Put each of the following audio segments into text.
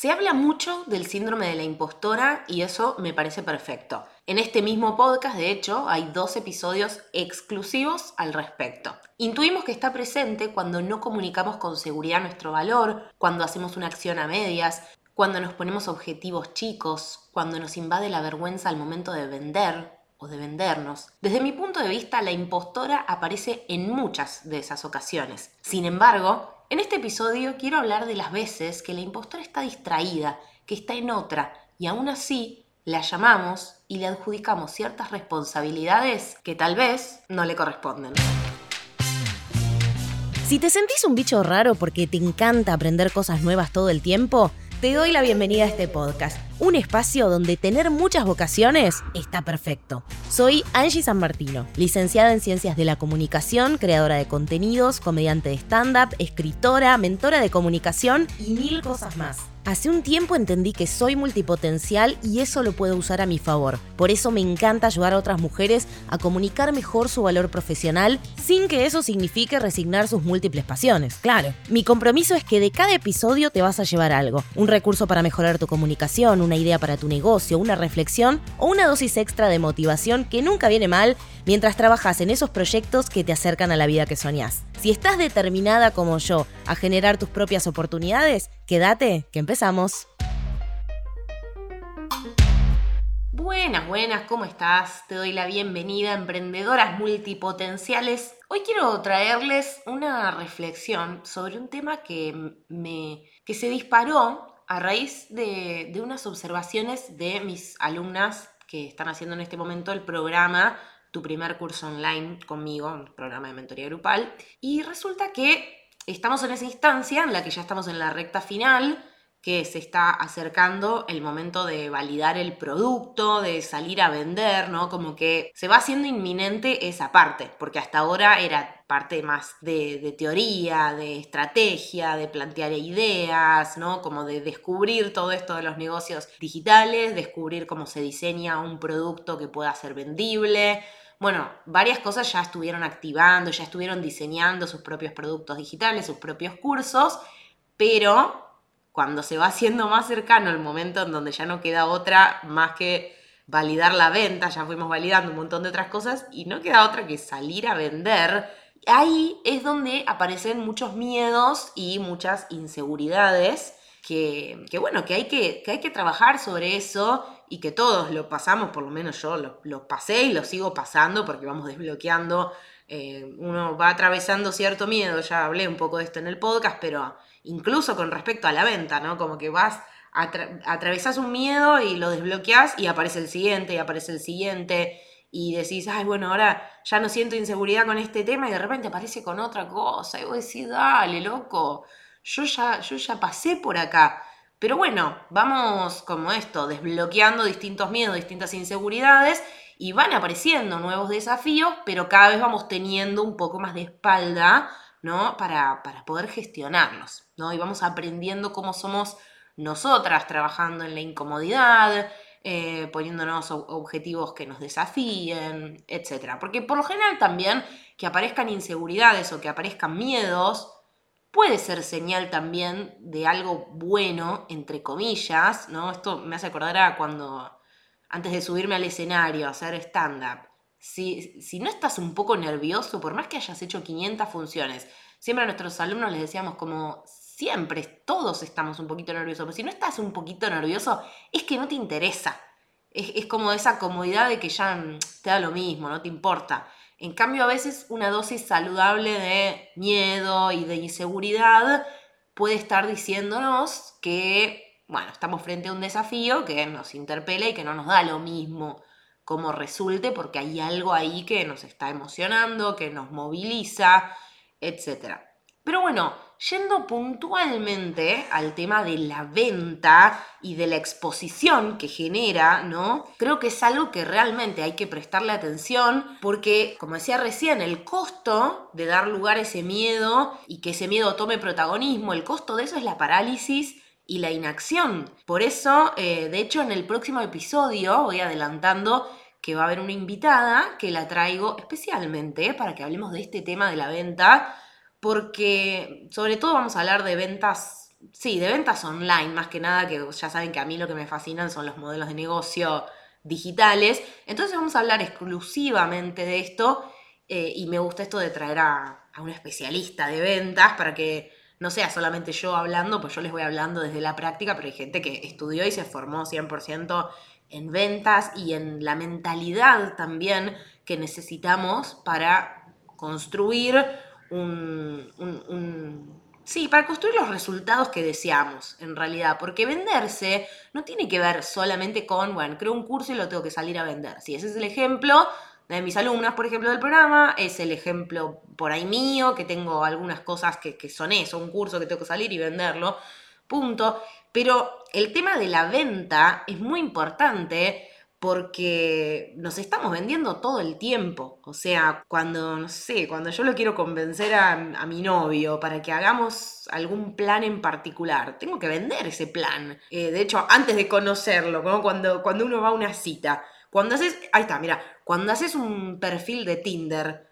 Se habla mucho del síndrome de la impostora y eso me parece perfecto. En este mismo podcast, de hecho, hay 2 episodios exclusivos al respecto. Intuimos que está presente cuando no comunicamos con seguridad nuestro valor, cuando hacemos una acción a medias, cuando nos ponemos objetivos chicos, cuando nos invade la vergüenza al momento de vender o de vendernos. Desde mi punto de vista, la impostora aparece en muchas de esas ocasiones. Sin embargo, en este episodio quiero hablar de las veces que la impostora está distraída, que está en otra, y aún así la llamamos y le adjudicamos ciertas responsabilidades que tal vez no le corresponden. Si te sentís un bicho raro porque te encanta aprender cosas nuevas todo el tiempo, te doy la bienvenida a este podcast, un espacio donde tener muchas vocaciones está perfecto. Soy Angie San Martino, licenciada en Ciencias de la Comunicación, creadora de contenidos, comediante de stand-up, escritora, mentora de comunicación y 1000 cosas más. Hace un tiempo entendí que soy multipotencial y eso lo puedo usar a mi favor. Por eso me encanta ayudar a otras mujeres a comunicar mejor su valor profesional sin que eso signifique resignar sus múltiples pasiones. Claro, mi compromiso es que de cada episodio te vas a llevar algo. Un recurso para mejorar tu comunicación, una idea para tu negocio, una reflexión o una dosis extra de motivación que nunca viene mal mientras trabajas en esos proyectos que te acercan a la vida que soñás. Si estás determinada como yo a generar tus propias oportunidades, quédate, que empezamos. Buenas, ¿cómo estás? Te doy la bienvenida a Emprendedoras Multipotenciales. Hoy quiero traerles una reflexión sobre un tema que se disparó a raíz de unas observaciones de mis alumnas que están haciendo en este momento el programa Tu primer curso online conmigo, un programa de mentoría grupal. Y resulta que estamos en esa instancia en la que ya estamos en la recta final, que se está acercando el momento de validar el producto, de salir a vender, ¿no? Como que se va haciendo inminente esa parte, porque hasta ahora era parte más de teoría, de estrategia, de plantear ideas, ¿no? Como de descubrir todo esto de los negocios digitales, descubrir cómo se diseña un producto que pueda ser vendible. Bueno, varias cosas ya estuvieron activando, ya estuvieron diseñando sus propios productos digitales, sus propios cursos, pero cuando se va haciendo más cercano el momento en donde ya no queda otra más que validar la venta, ya fuimos validando un montón de otras cosas y no queda otra que salir a vender, ahí es donde aparecen muchos miedos y muchas inseguridades que hay que trabajar sobre eso y que todos lo pasamos, por lo menos yo lo pasé y lo sigo pasando porque vamos desbloqueando, uno va atravesando cierto miedo, ya hablé un poco de esto en el podcast, pero incluso con respecto a la venta, ¿no? Como que vas, atravesás un miedo y lo desbloqueás y aparece el siguiente, y aparece el siguiente, y decís, ay, bueno, ahora ya no siento inseguridad con este tema, y de repente aparece con otra cosa, y vos decís, dale, loco, yo ya pasé por acá. Pero bueno, vamos como esto, desbloqueando distintos miedos, distintas inseguridades, y van apareciendo nuevos desafíos, pero cada vez vamos teniendo un poco más de espalda, ¿no? Para poder gestionarlos, ¿no? Y vamos aprendiendo cómo somos nosotras trabajando en la incomodidad, poniéndonos objetivos que nos desafíen, etc. Porque por lo general también que aparezcan inseguridades o que aparezcan miedos puede ser señal también de algo bueno, entre comillas, ¿no? Esto me hace acordar a cuando, antes de subirme al escenario a hacer stand-up, si no estás un poco nervioso, por más que hayas hecho 500 funciones, siempre a nuestros alumnos les decíamos como, siempre, todos estamos un poquito nerviosos, pero si no estás un poquito nervioso, es que no te interesa. Es como esa comodidad de que ya te da lo mismo, no te importa. En cambio, a veces una dosis saludable de miedo y de inseguridad puede estar diciéndonos que, bueno, estamos frente a un desafío que nos interpela y que no nos da lo mismo cómo resulte, porque hay algo ahí que nos está emocionando, que nos moviliza, etc. Pero bueno, yendo puntualmente al tema de la venta y de la exposición que genera, ¿no? Creo que es algo que realmente hay que prestarle atención porque, como decía recién, el costo de dar lugar a ese miedo y que ese miedo tome protagonismo, el costo de eso es la parálisis y la inacción. Por eso, de hecho, en el próximo episodio, voy adelantando que va a haber una invitada que la traigo especialmente para que hablemos de este tema de la venta, porque sobre todo vamos a hablar de ventas sí, de ventas online, más que nada, que ya saben que a mí lo que me fascinan son los modelos de negocio digitales. Entonces vamos a hablar exclusivamente de esto y me gusta esto de traer a un especialista de ventas para que no sea solamente yo hablando, pues yo les voy hablando desde la práctica, pero hay gente que estudió y se formó 100% en ventas y en la mentalidad también que necesitamos para construir sí, para construir los resultados que deseamos, en realidad. Porque venderse no tiene que ver solamente con, bueno, creo un curso y lo tengo que salir a vender. Sí, ese es el ejemplo de mis alumnas, por ejemplo, del programa. Es el ejemplo por ahí mío, que tengo algunas cosas que son eso, un curso que tengo que salir y venderlo. Punto. Pero el tema de la venta es muy importante porque nos estamos vendiendo todo el tiempo. O sea, cuando, no sé, cuando yo lo quiero convencer a mi novio para que hagamos algún plan en particular, tengo que vender ese plan. De hecho, antes de conocerlo, ¿no? Cuando uno va a una cita, cuando haces, ahí está, mira, cuando haces un perfil de Tinder,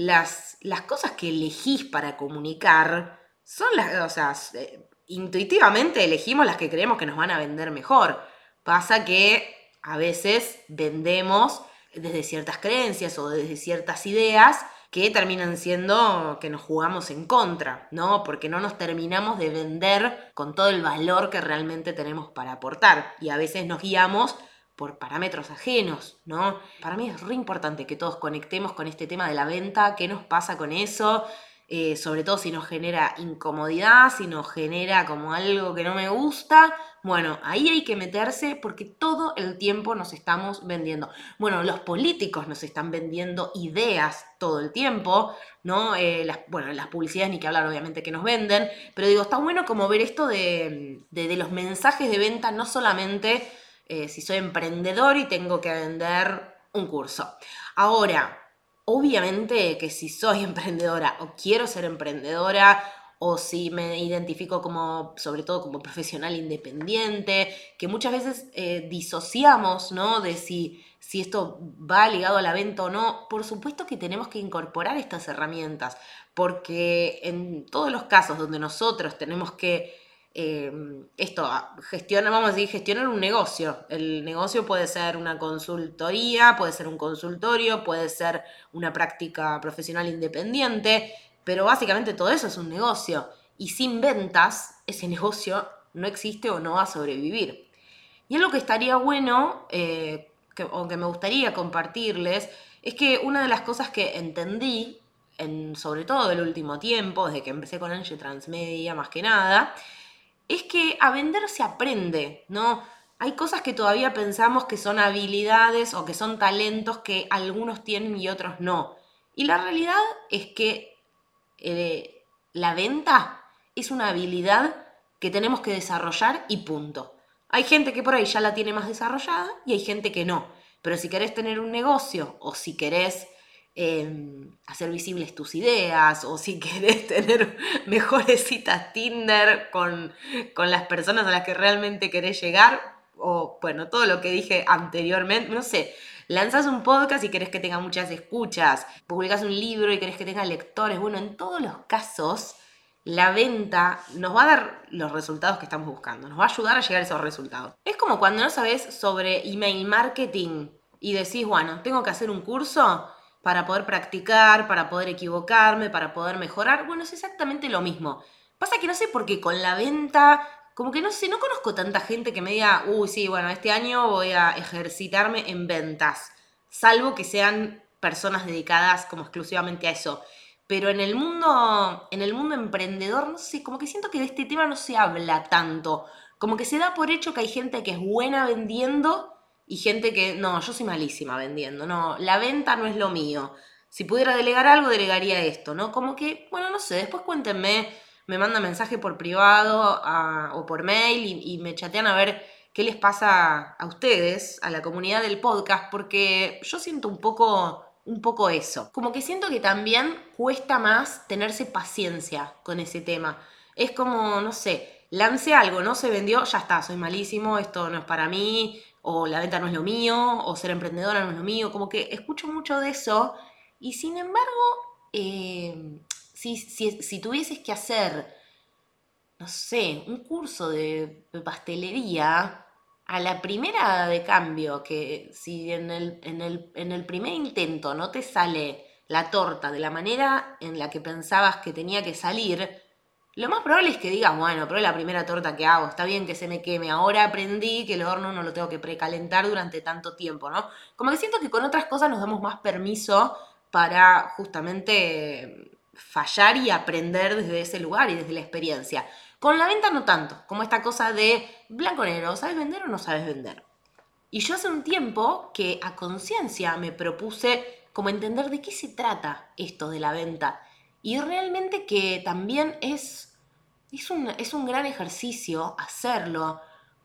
las cosas que elegís para comunicar son o sea, intuitivamente elegimos las que creemos que nos van a vender mejor. Pasa que a veces vendemos desde ciertas creencias o desde ciertas ideas que terminan siendo que nos jugamos en contra, ¿no? Porque no nos terminamos de vender con todo el valor que realmente tenemos para aportar. Y a veces nos guiamos por parámetros ajenos, ¿no? Para mí es re importante que todos conectemos con este tema de la venta, qué nos pasa con eso, sobre todo si nos genera incomodidad, si nos genera como algo que no me gusta. Bueno, ahí hay que meterse porque todo el tiempo nos estamos vendiendo. Bueno, los políticos nos están vendiendo ideas todo el tiempo, ¿no? Las publicidades ni que hablar, obviamente, que nos venden, pero digo, está bueno como ver esto de los mensajes de venta, no solamente si soy emprendedor y tengo que vender un curso. Ahora, obviamente que si soy emprendedora o quiero ser emprendedora o si me identifico como, sobre todo como profesional independiente, que muchas veces disociamos, ¿no? De si esto va ligado a la venta o no. Por supuesto que tenemos que incorporar estas herramientas, porque en todos los casos donde nosotros tenemos que gestionar un negocio. El negocio puede ser una consultoría, puede ser un consultorio, puede ser una práctica profesional independiente, pero básicamente todo eso es un negocio. Y sin ventas, ese negocio no existe o no va a sobrevivir. Y algo que estaría bueno, o que me gustaría compartirles, es que una de las cosas que entendí, sobre todo el último tiempo, desde que empecé con Angie Transmedia, más que nada, es que a vender se aprende, ¿no? Hay cosas que todavía pensamos que son habilidades o que son talentos que algunos tienen y otros no. Y la realidad es que la venta es una habilidad que tenemos que desarrollar y punto. Hay gente que por ahí ya la tiene más desarrollada y hay gente que no. Pero si querés tener un negocio o si querés hacer visibles tus ideas o si querés tener mejores citas Tinder con las personas a las que realmente querés llegar o bueno, todo lo que dije anteriormente, no sé, lanzás un podcast y querés que tenga muchas escuchas, publicás un libro y querés que tenga lectores, bueno, en todos los casos la venta nos va a dar los resultados que estamos buscando, nos va a ayudar a llegar a esos resultados. Es como cuando no sabés sobre email marketing y decís, bueno, tengo que hacer un curso para poder practicar, para poder equivocarme, para poder mejorar. Bueno, es exactamente lo mismo. Pasa que no sé por qué con la venta, como que no sé, no conozco tanta gente que me diga, uy, sí, bueno, este año voy a ejercitarme en ventas, salvo que sean personas dedicadas como exclusivamente a eso. Pero en el mundo emprendedor, no sé, como que siento que de este tema no se habla tanto. Como que se da por hecho que hay gente que es buena vendiendo y gente que, no, yo soy malísima vendiendo, no, la venta no es lo mío. Si pudiera delegar algo, delegaría esto, ¿no? Como que, bueno, no sé, después cuéntenme, me mandan mensaje por privado o por mail y me chatean a ver qué les pasa a ustedes, a la comunidad del podcast, porque yo siento un poco eso. Como que siento que también cuesta más tenerse paciencia con ese tema. Es como, no sé, lancé algo, no se vendió, ya está, soy malísimo, esto no es para mí, o la venta no es lo mío, o ser emprendedora no es lo mío, como que escucho mucho de eso y sin embargo, si tuvieses que hacer no sé, un curso de pastelería, a la primera de cambio, que si en el primer intento no te sale la torta de la manera en la que pensabas que tenía que salir, lo más probable es que digas, bueno, pero es la primera torta que hago, está bien que se me queme, ahora aprendí que el horno no lo tengo que precalentar durante tanto tiempo, ¿no? Como que siento que con otras cosas nos damos más permiso para justamente fallar y aprender desde ese lugar y desde la experiencia. Con la venta no tanto, como esta cosa de blanco-negro, ¿sabes vender o no sabes vender? Y yo hace un tiempo que a conciencia me propuse como entender de qué se trata esto de la venta. Y realmente que también es un gran ejercicio hacerlo,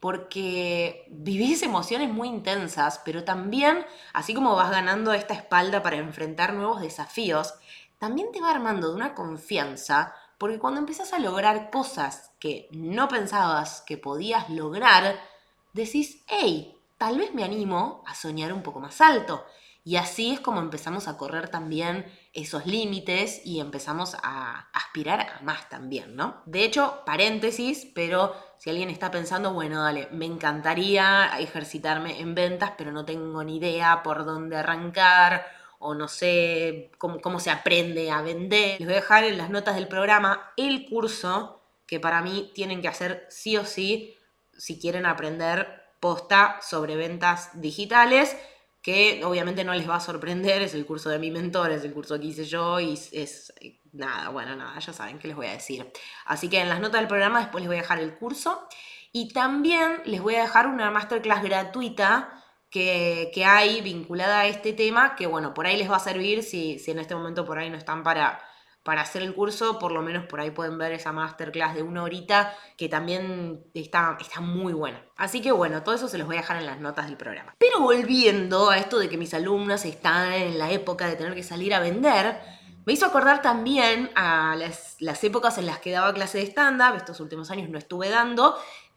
porque vivís emociones muy intensas, pero también, así como vas ganando esta espalda para enfrentar nuevos desafíos, también te va armando de una confianza, porque cuando empezás a lograr cosas que no pensabas que podías lograr, decís, hey, tal vez me animo a soñar un poco más alto. Y así es como empezamos a correr también esos límites y empezamos a aspirar a más también, ¿no? De hecho, paréntesis, pero si alguien está pensando, bueno, dale, me encantaría ejercitarme en ventas, pero no tengo ni idea por dónde arrancar o no sé cómo se aprende a vender. Les voy a dejar en las notas del programa el curso que para mí tienen que hacer sí o sí si quieren aprender posta sobre ventas digitales, que obviamente no les va a sorprender, es el curso de mi mentor, es el curso que hice yo y es nada, bueno, nada, ya saben qué les voy a decir. Así que en las notas del programa después les voy a dejar el curso y también les voy a dejar una masterclass gratuita que hay vinculada a este tema, que bueno, por ahí les va a servir si en este momento por ahí no están para hacer el curso, por lo menos por ahí pueden ver esa masterclass de 1 horita que también está muy buena. Así que bueno, todo eso se los voy a dejar en las notas del programa. Pero volviendo a esto de que mis alumnas están en la época de tener que salir a vender, me hizo acordar también a las épocas en las que daba clase de stand-up. Estos últimos años no estuve dando,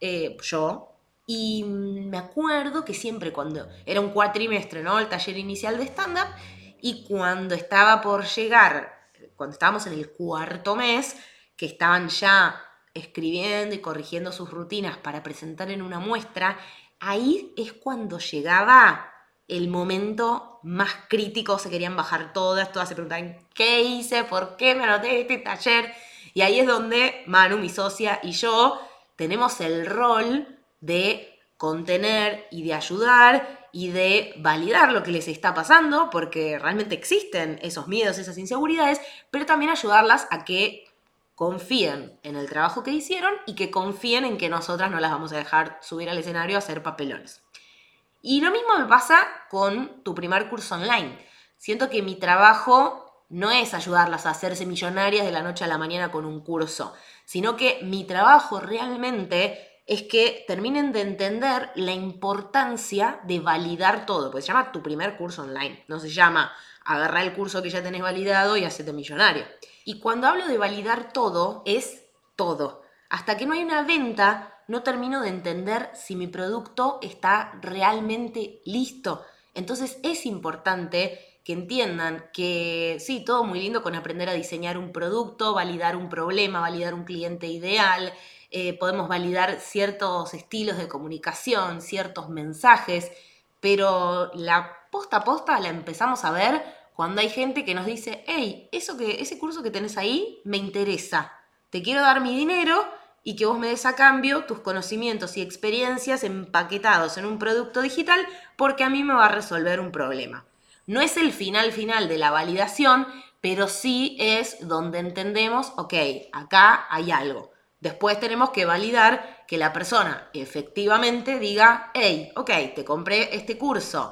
yo. Y me acuerdo que siempre cuando era un cuatrimestre, ¿no? El taller inicial de stand-up, y cuando estaba por llegar, cuando estábamos en el cuarto mes, que estaban ya escribiendo y corrigiendo sus rutinas para presentar en una muestra, ahí es cuando llegaba el momento más crítico, se querían bajar todas se preguntaban, ¿qué hice? ¿Por qué me anoté en este taller? Y ahí es donde Manu, mi socia, y yo tenemos el rol de contener y de ayudar y de validar lo que les está pasando, porque realmente existen esos miedos, esas inseguridades, pero también ayudarlas a que confíen en el trabajo que hicieron y que confíen en que nosotras no las vamos a dejar subir al escenario a hacer papelones. Y lo mismo me pasa con tu primer curso online. Siento que mi trabajo no es ayudarlas a hacerse millonarias de la noche a la mañana con un curso, sino que mi trabajo realmente es que terminen de entender la importancia de validar todo, porque se llama tu primer curso online, no se llama agarrar el curso que ya tenés validado y hacerte millonario. Y cuando hablo de validar todo, es todo. Hasta que no hay una venta, no termino de entender si mi producto está realmente listo. Entonces es importante que entiendan que sí, todo muy lindo con aprender a diseñar un producto, validar un problema, validar un cliente ideal, podemos validar ciertos estilos de comunicación, ciertos mensajes, pero la posta a posta la empezamos a ver cuando hay gente que nos dice, hey, ese curso que tenés ahí me interesa, te quiero dar mi dinero y que vos me des a cambio tus conocimientos y experiencias empaquetados en un producto digital porque a mí me va a resolver un problema. No es el final de la validación, pero sí es donde entendemos, ok, acá hay algo. Después tenemos que validar que la persona efectivamente diga, hey, ok, te compré este curso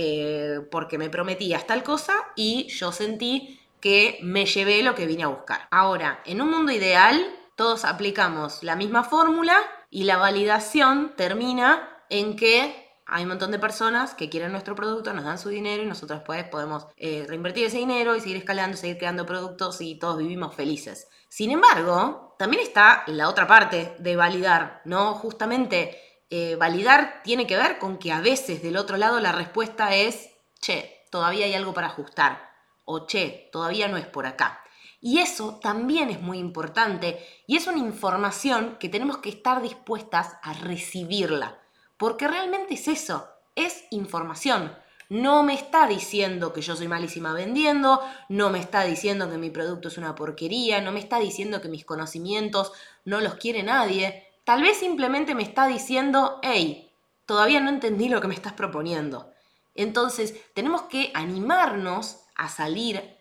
porque me prometías tal cosa y yo sentí que me llevé lo que vine a buscar. Ahora, en un mundo ideal, todos aplicamos la misma fórmula y la validación termina en que hay un montón de personas que quieren nuestro producto, nos dan su dinero y nosotros después podemos reinvertir ese dinero y seguir escalando, seguir creando productos y todos vivimos felices. Sin embargo, también está la otra parte de validar, ¿no? Justamente validar tiene que ver con que a veces del otro lado la respuesta es, che, todavía hay algo para ajustar o che, todavía no es por acá. Y eso también es muy importante y es una información que tenemos que estar dispuestas a recibirla, porque realmente es eso, es información. No me está diciendo que yo soy malísima vendiendo, no me está diciendo que mi producto es una porquería, no me está diciendo que mis conocimientos no los quiere nadie. Tal vez simplemente me está diciendo, hey, todavía no entendí lo que me estás proponiendo. Entonces, tenemos que animarnos a salir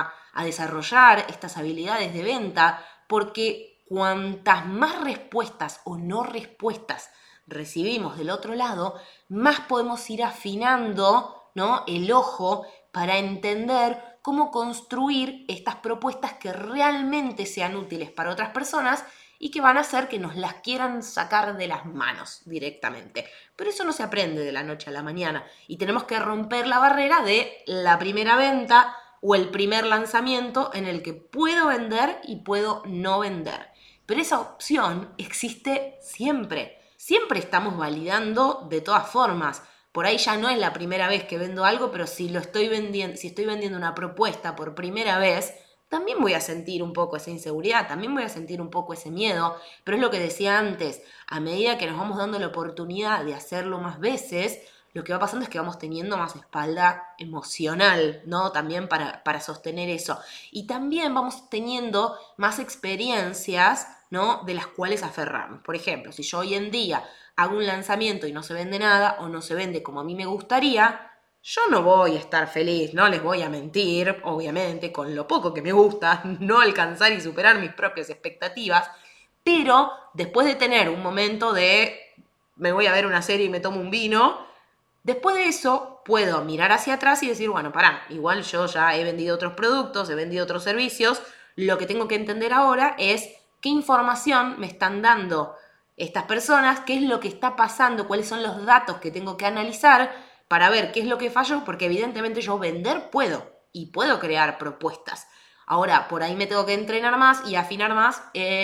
a desarrollar estas habilidades de venta, porque cuantas más respuestas o no respuestas recibimos del otro lado, más podemos ir afinando, ¿no?, el ojo para entender cómo construir estas propuestas que realmente sean útiles para otras personas y que van a hacer que nos las quieran sacar de las manos directamente. Pero eso no se aprende de la noche a la mañana y tenemos que romper la barrera de la primera venta o el primer lanzamiento en el que puedo vender y puedo no vender. Pero esa opción existe siempre. Siempre estamos validando de todas formas. Por ahí ya no es la primera vez que vendo algo, pero si estoy vendiendo una propuesta por primera vez, también voy a sentir un poco esa inseguridad, también voy a sentir un poco ese miedo, pero es lo que decía antes, a medida que nos vamos dando la oportunidad de hacerlo más veces, lo que va pasando es que vamos teniendo más espalda emocional, ¿no? También para sostener eso. Y también vamos teniendo más experiencias, ¿no?, de las cuales aferrarnos. Por ejemplo, si yo hoy en día hago un lanzamiento y no se vende nada o no se vende como a mí me gustaría, yo no voy a estar feliz, no les voy a mentir, obviamente, con lo poco que me gusta, no alcanzar y superar mis propias expectativas, pero después de tener un momento de me voy a ver una serie y me tomo un vino, después de eso puedo mirar hacia atrás y decir, bueno, pará, igual yo ya he vendido otros productos, he vendido otros servicios, lo que tengo que entender ahora es qué información me están dando estas personas, qué es lo que está pasando, cuáles son los datos que tengo que analizar para ver qué es lo que falló, porque evidentemente yo vender puedo y puedo crear propuestas. Ahora, por ahí me tengo que entrenar más y afinar más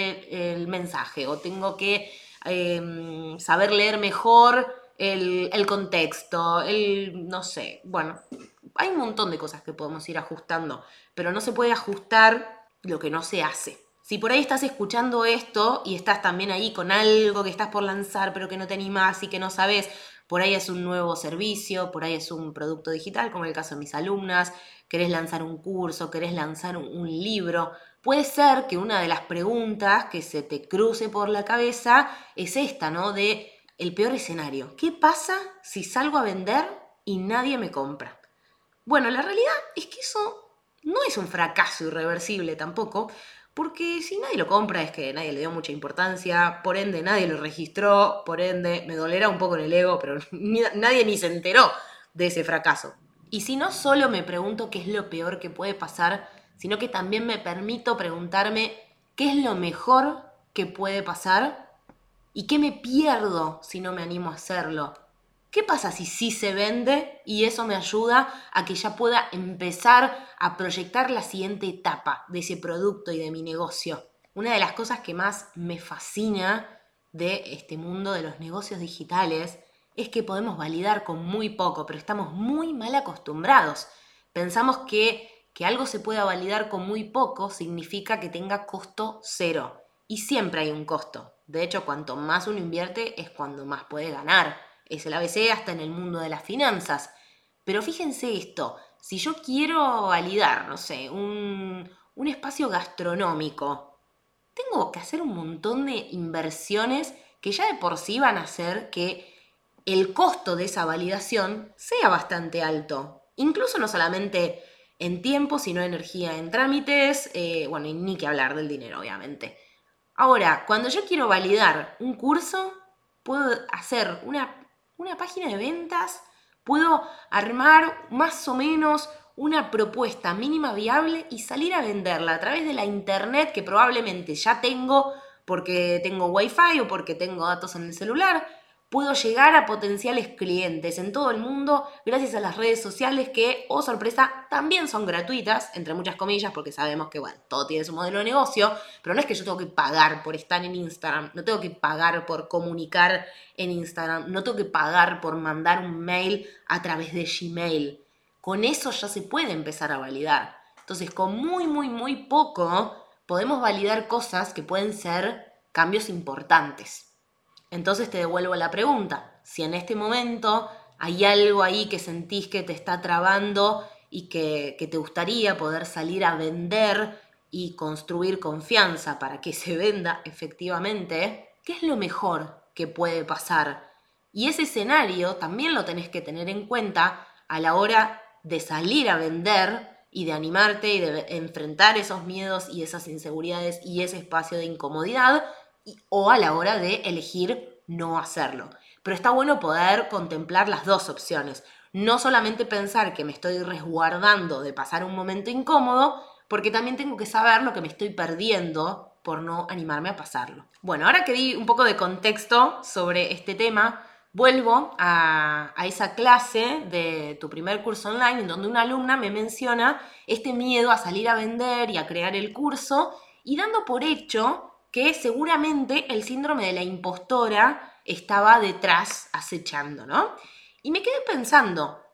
el mensaje, o tengo que saber leer mejor el contexto, no sé, bueno, hay un montón de cosas que podemos ir ajustando, pero no se puede ajustar lo que no se hace. Si por ahí estás escuchando esto y estás también ahí con algo que estás por lanzar pero que no te animás y que no sabes, por ahí es un nuevo servicio, por ahí es un producto digital, como en el caso de mis alumnas, querés lanzar un curso, querés lanzar un libro, puede ser que una de las preguntas que se te cruce por la cabeza es esta, ¿no? De el peor escenario. ¿Qué pasa si salgo a vender y nadie me compra? Bueno, la realidad es que eso no es un fracaso irreversible tampoco, porque si nadie lo compra es que nadie le dio mucha importancia, por ende nadie lo registró, por ende me dolerá un poco en el ego, pero nadie ni se enteró de ese fracaso. Y si no solo me pregunto qué es lo peor que puede pasar, sino que también me permito preguntarme qué es lo mejor que puede pasar y qué me pierdo si no me animo a hacerlo. ¿Qué pasa si sí se vende y eso me ayuda a que ya pueda empezar a proyectar la siguiente etapa de ese producto y de mi negocio? Una de las cosas que más me fascina de este mundo de los negocios digitales es que podemos validar con muy poco, pero estamos muy mal acostumbrados. Pensamos que algo se pueda validar con muy poco significa que tenga costo cero. Y siempre hay un costo. De hecho, cuanto más uno invierte es cuando más puede ganar. Es el ABC hasta en el mundo de las finanzas. Pero fíjense esto, si yo quiero validar, no sé, un espacio gastronómico, tengo que hacer un montón de inversiones que ya de por sí van a hacer que el costo de esa validación sea bastante alto. Incluso no solamente en tiempo, sino energía en trámites, bueno, y ni que hablar del dinero, obviamente. Ahora, cuando yo quiero validar un curso, puedo hacer una página de ventas, puedo armar más o menos una propuesta mínima viable y salir a venderla a través de la internet que probablemente ya tengo porque tengo wifi o porque tengo datos en el celular. Puedo llegar a potenciales clientes en todo el mundo gracias a las redes sociales que, oh sorpresa, también son gratuitas, entre muchas comillas, porque sabemos que, bueno, todo tiene su modelo de negocio, pero no es que yo tengo que pagar por estar en Instagram, no tengo que pagar por comunicar en Instagram, no tengo que pagar por mandar un mail a través de Gmail. Con eso ya se puede empezar a validar. Entonces, con muy, muy, muy poco podemos validar cosas que pueden ser cambios importantes. Entonces te devuelvo la pregunta. Si en este momento hay algo ahí que sentís que te está trabando y que te gustaría poder salir a vender y construir confianza para que se venda efectivamente, ¿qué es lo mejor que puede pasar? Y ese escenario también lo tenés que tener en cuenta a la hora de salir a vender y de animarte y de enfrentar esos miedos y esas inseguridades y ese espacio de incomodidad, o a la hora de elegir no hacerlo. Pero está bueno poder contemplar las dos opciones. No solamente pensar que me estoy resguardando de pasar un momento incómodo, porque también tengo que saber lo que me estoy perdiendo por no animarme a pasarlo. Bueno, ahora que di un poco de contexto sobre este tema, vuelvo a esa clase de tu primer curso online en donde una alumna me menciona este miedo a salir a vender y a crear el curso, y dando por hecho que seguramente el síndrome de la impostora estaba detrás acechando, ¿no? Y me quedé pensando,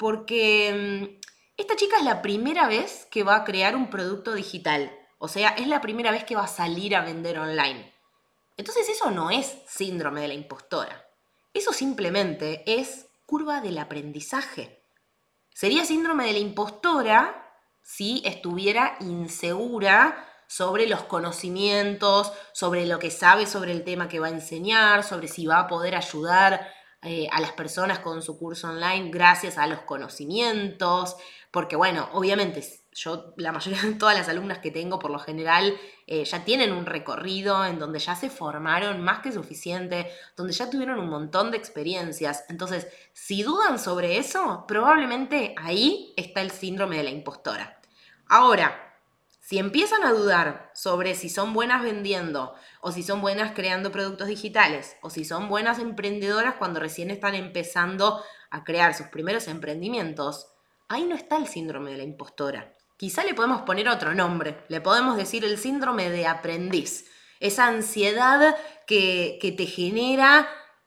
porque esta chica es la primera vez que va a crear un producto digital, o sea, es la primera vez que va a salir a vender online. Entonces eso no es síndrome de la impostora, eso simplemente es curva del aprendizaje. Sería síndrome de la impostora si estuviera insegura sobre los conocimientos, sobre lo que sabe sobre el tema que va a enseñar, sobre si va a poder ayudar a las personas con su curso online gracias a los conocimientos, porque bueno, obviamente yo, la mayoría de todas las alumnas que tengo por lo general ya tienen un recorrido en donde ya se formaron más que suficiente, donde ya tuvieron un montón de experiencias. Entonces, si dudan sobre eso, probablemente ahí está el síndrome de la impostora. Ahora, si empiezan a dudar sobre si son buenas vendiendo, o si son buenas creando productos digitales, o si son buenas emprendedoras cuando recién están empezando a crear sus primeros emprendimientos, ahí no está el síndrome de la impostora. Quizá le podemos poner otro nombre, le podemos decir el síndrome de aprendiz, esa ansiedad que te genera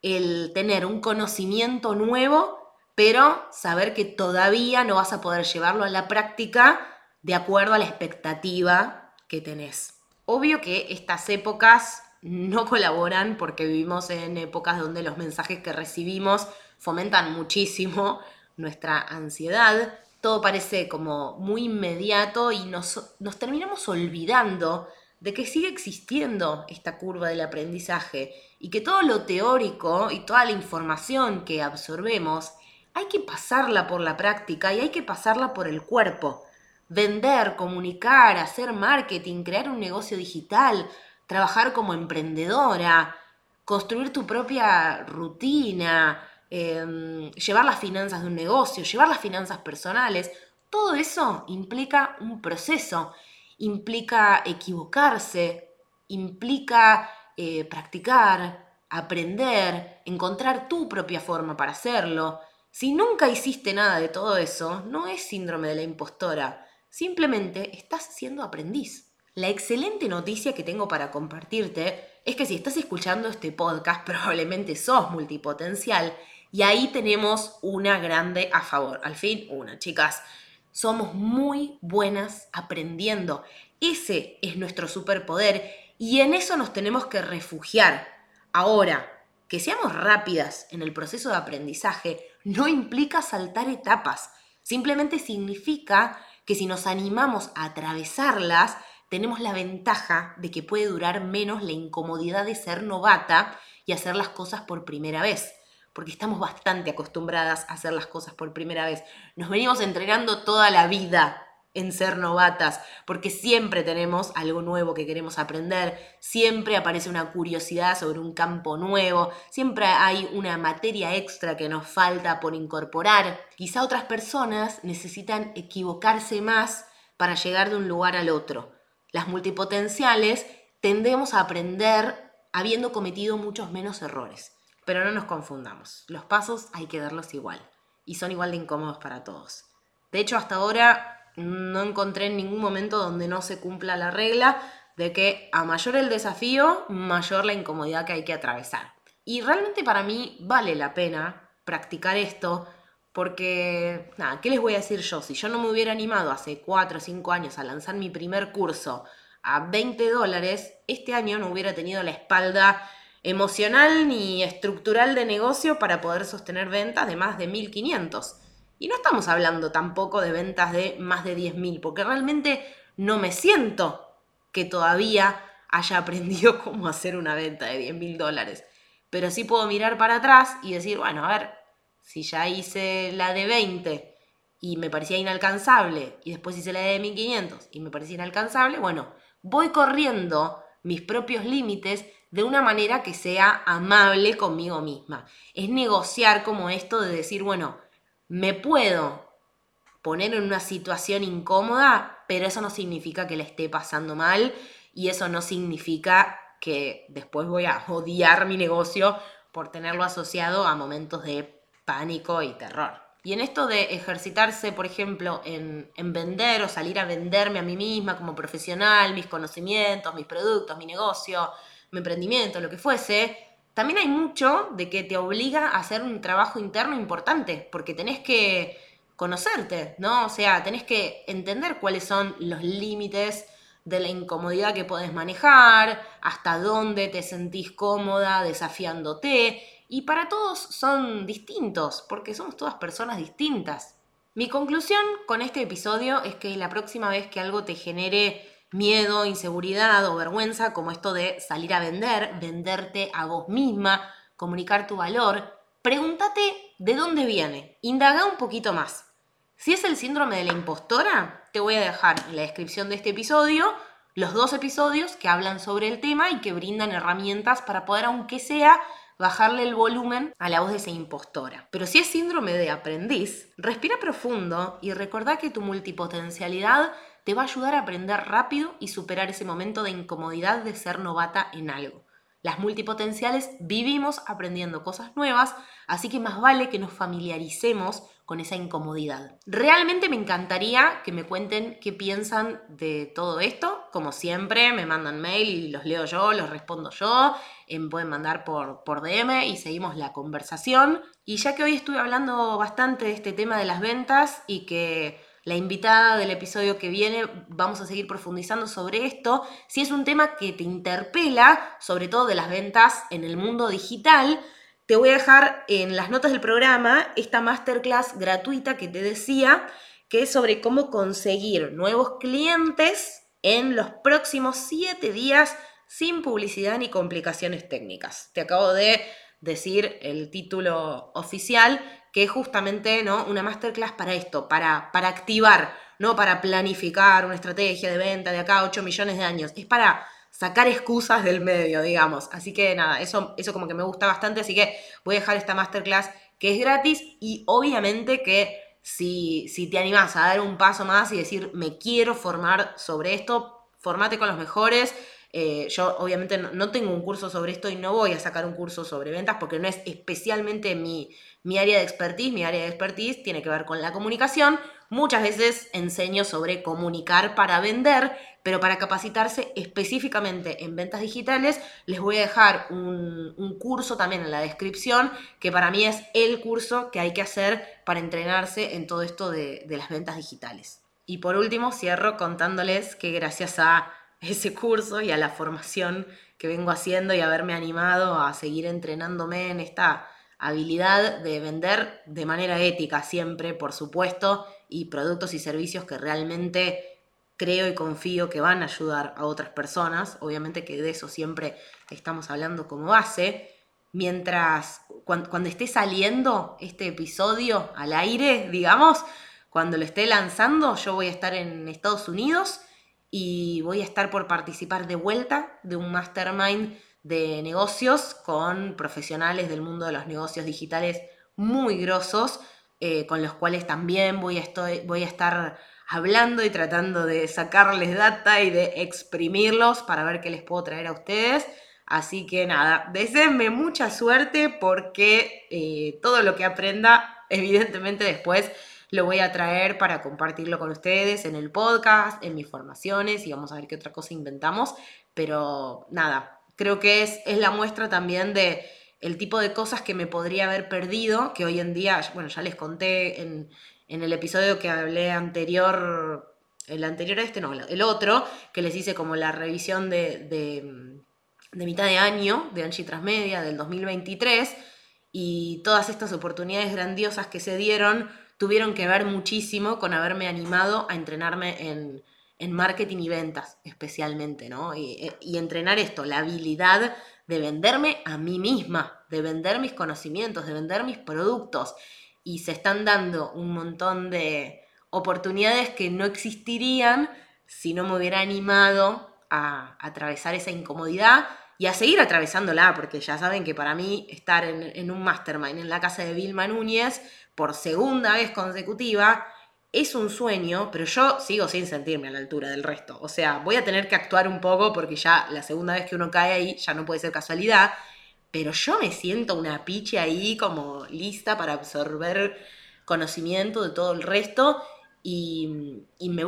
el tener un conocimiento nuevo, pero saber que todavía no vas a poder llevarlo a la práctica de acuerdo a la expectativa que tenés. Obvio que estas épocas no colaboran porque vivimos en épocas donde los mensajes que recibimos fomentan muchísimo nuestra ansiedad. Todo parece como muy inmediato y nos terminamos olvidando de que sigue existiendo esta curva del aprendizaje y que todo lo teórico y toda la información que absorbemos hay que pasarla por la práctica y hay que pasarla por el cuerpo. Vender, comunicar, hacer marketing, crear un negocio digital, trabajar como emprendedora, construir tu propia rutina, llevar las finanzas de un negocio, llevar las finanzas personales, todo eso implica un proceso, implica equivocarse, implica practicar, aprender, encontrar tu propia forma para hacerlo. Si nunca hiciste nada de todo eso, no es síndrome de la impostora. Simplemente estás siendo aprendiz. La excelente noticia que tengo para compartirte es que si estás escuchando este podcast probablemente sos multipotencial y ahí tenemos una grande a favor. Al fin, una, chicas. Somos muy buenas aprendiendo. Ese es nuestro superpoder y en eso nos tenemos que refugiar. Ahora, que seamos rápidas en el proceso de aprendizaje no implica saltar etapas. Simplemente significa que si nos animamos a atravesarlas, tenemos la ventaja de que puede durar menos la incomodidad de ser novata y hacer las cosas por primera vez, porque estamos bastante acostumbradas a hacer las cosas por primera vez. Nos venimos entrenando toda la vida en ser novatas, porque siempre tenemos algo nuevo que queremos aprender, siempre aparece una curiosidad sobre un campo nuevo, siempre hay una materia extra que nos falta por incorporar. Quizá otras personas necesitan equivocarse más para llegar de un lugar al otro. Las multipotenciales tendemos a aprender habiendo cometido muchos menos errores, pero no nos confundamos, los pasos hay que darlos igual, y son igual de incómodos para todos. De hecho, hasta ahora no encontré en ningún momento donde no se cumpla la regla de que a mayor el desafío, mayor la incomodidad que hay que atravesar. Y realmente para mí vale la pena practicar esto Porque, nada, ¿qué les voy a decir yo? Si yo no me hubiera animado hace 4 o 5 años a lanzar mi primer curso a $20, este año no hubiera tenido la espalda emocional ni estructural de negocio para poder sostener ventas de más de 1.500. Y no estamos hablando tampoco de ventas de más de 10.000, porque realmente no me siento que todavía haya aprendido cómo hacer una venta de $10.000. Pero sí puedo mirar para atrás y decir, bueno, a ver, si ya hice la de 20 y me parecía inalcanzable, y después hice la de 1.500 y me parecía inalcanzable, bueno, voy corriendo mis propios límites de una manera que sea amable conmigo misma. Es negociar como esto de decir, bueno, me puedo poner en una situación incómoda, pero eso no significa que la esté pasando mal y eso no significa que después voy a odiar mi negocio por tenerlo asociado a momentos de pánico y terror. Y en esto de ejercitarse, por ejemplo, en vender o salir a venderme a mí misma como profesional, mis conocimientos, mis productos, mi negocio, mi emprendimiento, lo que fuese, también hay mucho de que te obliga a hacer un trabajo interno importante, porque tenés que conocerte, ¿no? O sea, tenés que entender cuáles son los límites de la incomodidad que podés manejar, hasta dónde te sentís cómoda desafiándote, y para todos son distintos, porque somos todas personas distintas. Mi conclusión con este episodio es que la próxima vez que algo te genere miedo, inseguridad o vergüenza, como esto de salir a vender, venderte a vos misma, comunicar tu valor, pregúntate de dónde viene, indaga un poquito más. Si es el síndrome de la impostora, te voy a dejar en la descripción de este episodio los 2 episodios que hablan sobre el tema y que brindan herramientas para poder, aunque sea, bajarle el volumen a la voz de esa impostora. Pero si es síndrome de aprendiz, respira profundo y recordá que tu multipotencialidad te va a ayudar a aprender rápido y superar ese momento de incomodidad de ser novata en algo. Las multipotenciales vivimos aprendiendo cosas nuevas, así que más vale que nos familiaricemos con esa incomodidad. Realmente me encantaría que me cuenten qué piensan de todo esto. Como siempre, me mandan mail y los leo yo, los respondo yo. Me pueden mandar por DM y seguimos la conversación. Y ya que hoy estuve hablando bastante de este tema de las ventas y que la invitada del episodio que viene vamos a seguir profundizando sobre esto, si es un tema que te interpela, sobre todo de las ventas en el mundo digital, te voy a dejar en las notas del programa esta masterclass gratuita que te decía, que es sobre cómo conseguir nuevos clientes en los próximos 7 días sin publicidad ni complicaciones técnicas. Te acabo de decir el título oficial, que es justamente, ¿no?, una masterclass para esto, para activar, no para planificar una estrategia de venta de acá a 8 millones de años, es para sacar excusas del medio, digamos. Así que nada, eso como que me gusta bastante, así que voy a dejar esta masterclass que es gratis y obviamente que si te animás a dar un paso más y decir, me quiero formar sobre esto, formate con los mejores. Yo obviamente no tengo un curso sobre esto y no voy a sacar un curso sobre ventas porque no es especialmente mi área de expertise. Mi área de expertise tiene que ver con la comunicación. Muchas veces enseño sobre comunicar para vender, pero para capacitarse específicamente en ventas digitales les voy a dejar un curso también en la descripción que para mí es el curso que hay que hacer para entrenarse en todo esto de las ventas digitales. Y por último cierro contándoles que gracias a ese curso y a la formación que vengo haciendo y haberme animado a seguir entrenándome en esta habilidad de vender de manera ética siempre, por supuesto, y productos y servicios que realmente creo y confío que van a ayudar a otras personas. Obviamente que de eso siempre estamos hablando como base. Mientras, cuando esté saliendo este episodio al aire, digamos, cuando lo esté lanzando, yo voy a estar en Estados Unidos y voy a estar por participar de vuelta de un mastermind de negocios con profesionales del mundo de los negocios digitales muy grosos, con los cuales también voy a estar hablando y tratando de sacarles data y de exprimirlos para ver qué les puedo traer a ustedes. Así que nada, deseenme mucha suerte porque todo lo que aprenda, evidentemente después lo voy a traer para compartirlo con ustedes en el podcast, en mis formaciones y vamos a ver qué otra cosa inventamos. Pero nada, creo que es la muestra también de el tipo de cosas que me podría haber perdido, que hoy en día, bueno, ya les conté en el episodio que hablé anterior, el anterior a este, no, el otro, que les hice como la revisión de mitad de año, de Angie Transmedia, del 2023, y todas estas oportunidades grandiosas que se dieron tuvieron que ver muchísimo con haberme animado a entrenarme en marketing y ventas especialmente, ¿no? Y entrenar esto, la habilidad de venderme a mí misma, de vender mis conocimientos, de vender mis productos. Y se están dando un montón de oportunidades que no existirían si no me hubiera animado a atravesar esa incomodidad y a seguir atravesándola, porque ya saben que para mí estar en un mastermind en la casa de Vilma Núñez por segunda vez consecutiva es un sueño, pero yo sigo sin sentirme a la altura del resto. O sea, voy a tener que actuar un poco porque ya la segunda vez que uno cae ahí ya no puede ser casualidad, pero yo me siento una piche ahí como lista para absorber conocimiento de todo el resto y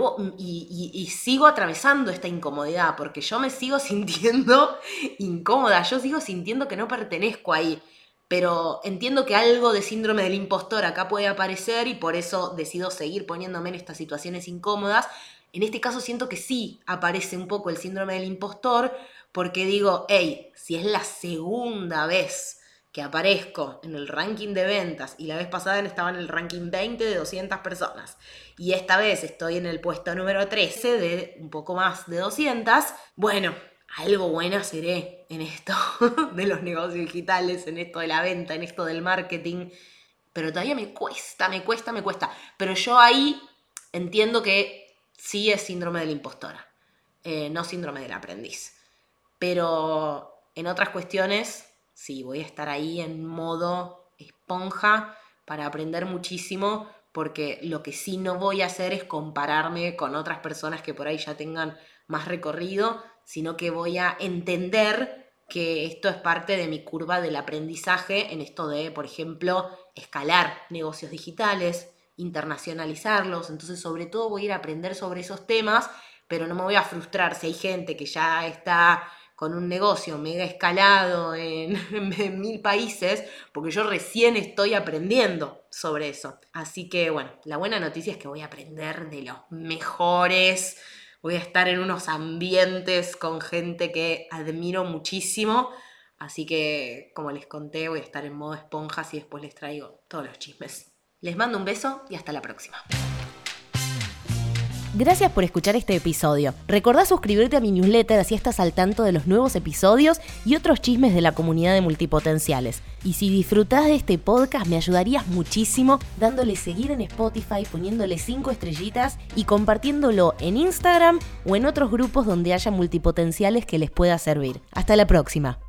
sigo atravesando esta incomodidad porque yo me sigo sintiendo incómoda, yo sigo sintiendo que no pertenezco ahí. Pero entiendo que algo de síndrome del impostor acá puede aparecer y por eso decido seguir poniéndome en estas situaciones incómodas. En este caso siento que sí aparece un poco el síndrome del impostor porque digo, hey, si es la segunda vez que aparezco en el ranking de ventas y la vez pasada estaba en el ranking 20 de 200 personas y esta vez estoy en el puesto número 13 de un poco más de 200, bueno, algo buena seré en esto de los negocios digitales, en esto de la venta, en esto del marketing, pero todavía me cuesta. Pero yo ahí entiendo que sí es síndrome de la impostora, no síndrome del aprendiz. Pero en otras cuestiones, sí, voy a estar ahí en modo esponja para aprender muchísimo, porque lo que sí no voy a hacer es compararme con otras personas que por ahí ya tengan más recorrido, sino que voy a entender que esto es parte de mi curva del aprendizaje en esto de, por ejemplo, escalar negocios digitales, internacionalizarlos. Entonces, sobre todo voy a ir a aprender sobre esos temas, pero no me voy a frustrar si hay gente que ya está con un negocio mega escalado en 1000 países, porque yo recién estoy aprendiendo sobre eso. Así que, bueno, la buena noticia es que voy a aprender de los mejores. Voy a estar en unos ambientes con gente que admiro muchísimo. Así que, como les conté, voy a estar en modo esponjas y después les traigo todos los chismes. Les mando un beso y hasta la próxima. Gracias por escuchar este episodio. Recordá suscribirte a mi newsletter, así estás al tanto de los nuevos episodios y otros chismes de la comunidad de multipotenciales. Y si disfrutás de este podcast, me ayudarías muchísimo dándole seguir en Spotify, poniéndole 5 estrellitas y compartiéndolo en Instagram o en otros grupos donde haya multipotenciales que les pueda servir. Hasta la próxima.